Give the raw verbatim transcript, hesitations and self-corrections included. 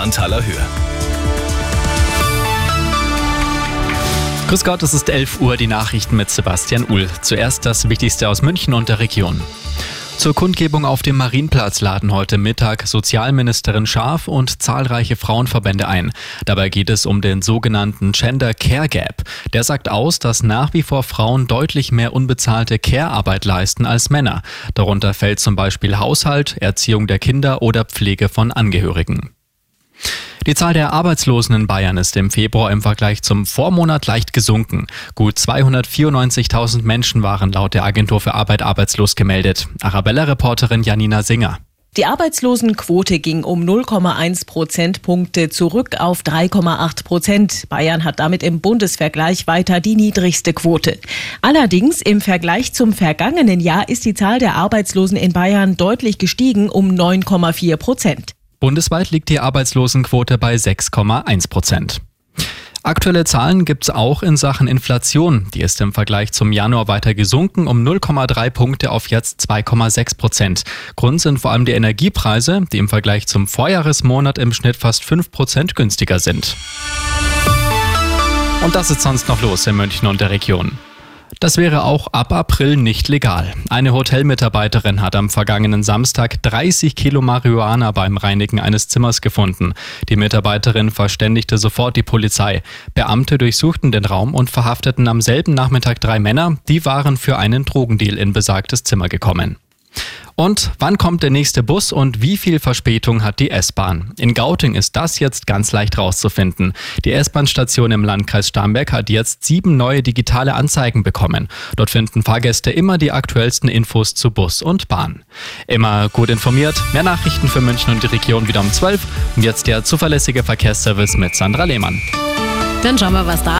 Schwanthaler Höhe. Grüß Gott, es ist elf Uhr, die Nachrichten mit Sebastian Uhl. Zuerst das Wichtigste aus München und der Region. Zur Kundgebung auf dem Marienplatz laden heute Mittag Sozialministerin Scharf und zahlreiche Frauenverbände ein. Dabei geht es um den sogenannten Gender Care Gap. Der sagt aus, dass nach wie vor Frauen deutlich mehr unbezahlte Care-Arbeit leisten als Männer. Darunter fällt zum Beispiel Haushalt, Erziehung der Kinder oder Pflege von Angehörigen. Die Zahl der Arbeitslosen in Bayern ist im Februar im Vergleich zum Vormonat leicht gesunken. Gut zweihundertvierundneunzigtausend Menschen waren laut der Agentur für Arbeit arbeitslos gemeldet. Arabella-Reporterin Janina Singer. Die Arbeitslosenquote ging um null Komma eins Prozentpunkte zurück auf drei Komma acht Prozent. Bayern hat damit im Bundesvergleich weiter die niedrigste Quote. Allerdings im Vergleich zum vergangenen Jahr ist die Zahl der Arbeitslosen in Bayern deutlich gestiegen um neun Komma vier Prozent. Bundesweit liegt die Arbeitslosenquote bei sechs Komma eins Prozent. Aktuelle Zahlen gibt es auch in Sachen Inflation. Die ist im Vergleich zum Januar weiter gesunken um null Komma drei Punkte auf jetzt zwei Komma sechs Prozent. Grund sind vor allem die Energiepreise, die im Vergleich zum Vorjahresmonat im Schnitt fast fünf Prozent günstiger sind. Und das ist sonst noch los in München und der Region. Das wäre auch ab April nicht legal. Eine Hotelmitarbeiterin hat am vergangenen Samstag dreißig Kilo Marihuana beim Reinigen eines Zimmers gefunden. Die Mitarbeiterin verständigte sofort die Polizei. Beamte durchsuchten den Raum und verhafteten am selben Nachmittag drei Männer, die waren für einen Drogendeal in besagtes Zimmer gekommen. Und wann kommt der nächste Bus und wie viel Verspätung hat die S-Bahn? In Gauting ist das jetzt ganz leicht rauszufinden. Die S-Bahn-Station im Landkreis Starnberg hat jetzt sieben neue digitale Anzeigen bekommen. Dort finden Fahrgäste immer die aktuellsten Infos zu Bus und Bahn. Immer gut informiert, mehr Nachrichten für München und die Region wieder um zwölf. Und jetzt der zuverlässige Verkehrsservice mit Sandra Lehmann. Dann schauen wir, was da